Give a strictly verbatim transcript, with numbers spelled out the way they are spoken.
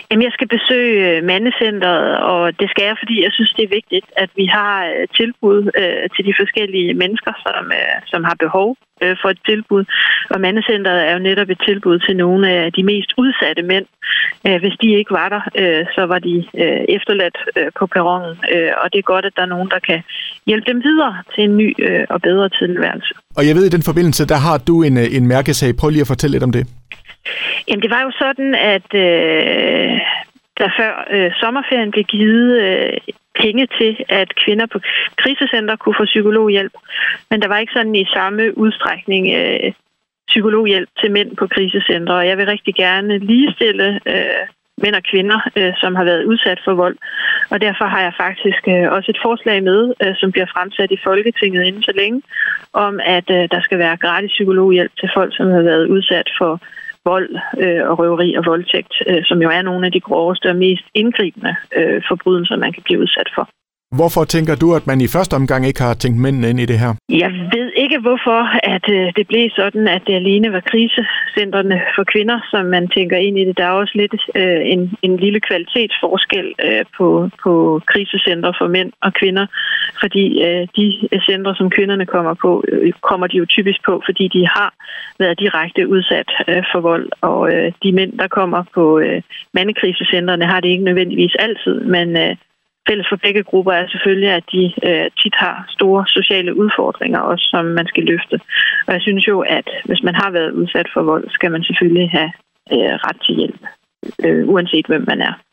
Jamen, jeg skal besøge Mandecentret, og det skal jeg, fordi jeg synes, det er vigtigt, at vi har tilbud øh, til de forskellige mennesker, som, øh, som har behov øh, for et tilbud. Og Mandecentret er jo netop et tilbud til nogle af de mest udsatte mænd. Øh, hvis de ikke var der, øh, så var de øh, efterladt øh, på perronen. Øh, og det er godt, at der er nogen, der kan hjælpe dem videre til en ny øh, og bedre tilværelse. Og jeg ved, i den forbindelse, der har du en, en mærkesag. Prøv lige at fortælle lidt om det. Jamen, det var jo sådan, at øh, der før øh, sommerferien blev givet øh, penge til, at kvinder på krisecenter kunne få psykologhjælp. Men der var ikke sådan i samme udstrækning øh, psykologhjælp til mænd på krisecenter. Og jeg vil rigtig gerne ligestille øh, mænd og kvinder, øh, som har været udsat for vold. Og derfor har jeg faktisk øh, også et forslag med, øh, som bliver fremsat i Folketinget inden så længe, om at øh, der skal være gratis psykologhjælp til folk, som har været udsat for vold øh, og røveri og voldtægt, øh, som jo er nogle af de groveste og mest indgribende øh, forbrydelser, man kan blive udsat for. Hvorfor tænker du, at man i første omgang ikke har tænkt mændene ind i det her? Jeg ved ikke, hvorfor at øh, det blev sådan, at det alene var krisecentrene for kvinder, som man tænker ind i det. Der er også lidt øh, en, en lille kvalitetsforskel øh, på, på krisecentre for mænd og kvinder, fordi øh, de centre, som kvinderne kommer på, øh, kommer de jo typisk på, fordi de har været direkte udsat øh, for vold. Og øh, de mænd, der kommer på øh, mandekrisecentrene, har det ikke nødvendigvis altid, men øh, fælles for begge grupper er selvfølgelig, at de øh, tit har store sociale udfordringer også, som man skal løfte. Og jeg synes jo, at hvis man har været udsat for vold, skal man selvfølgelig have øh, ret til hjælp, øh, uanset hvem man er.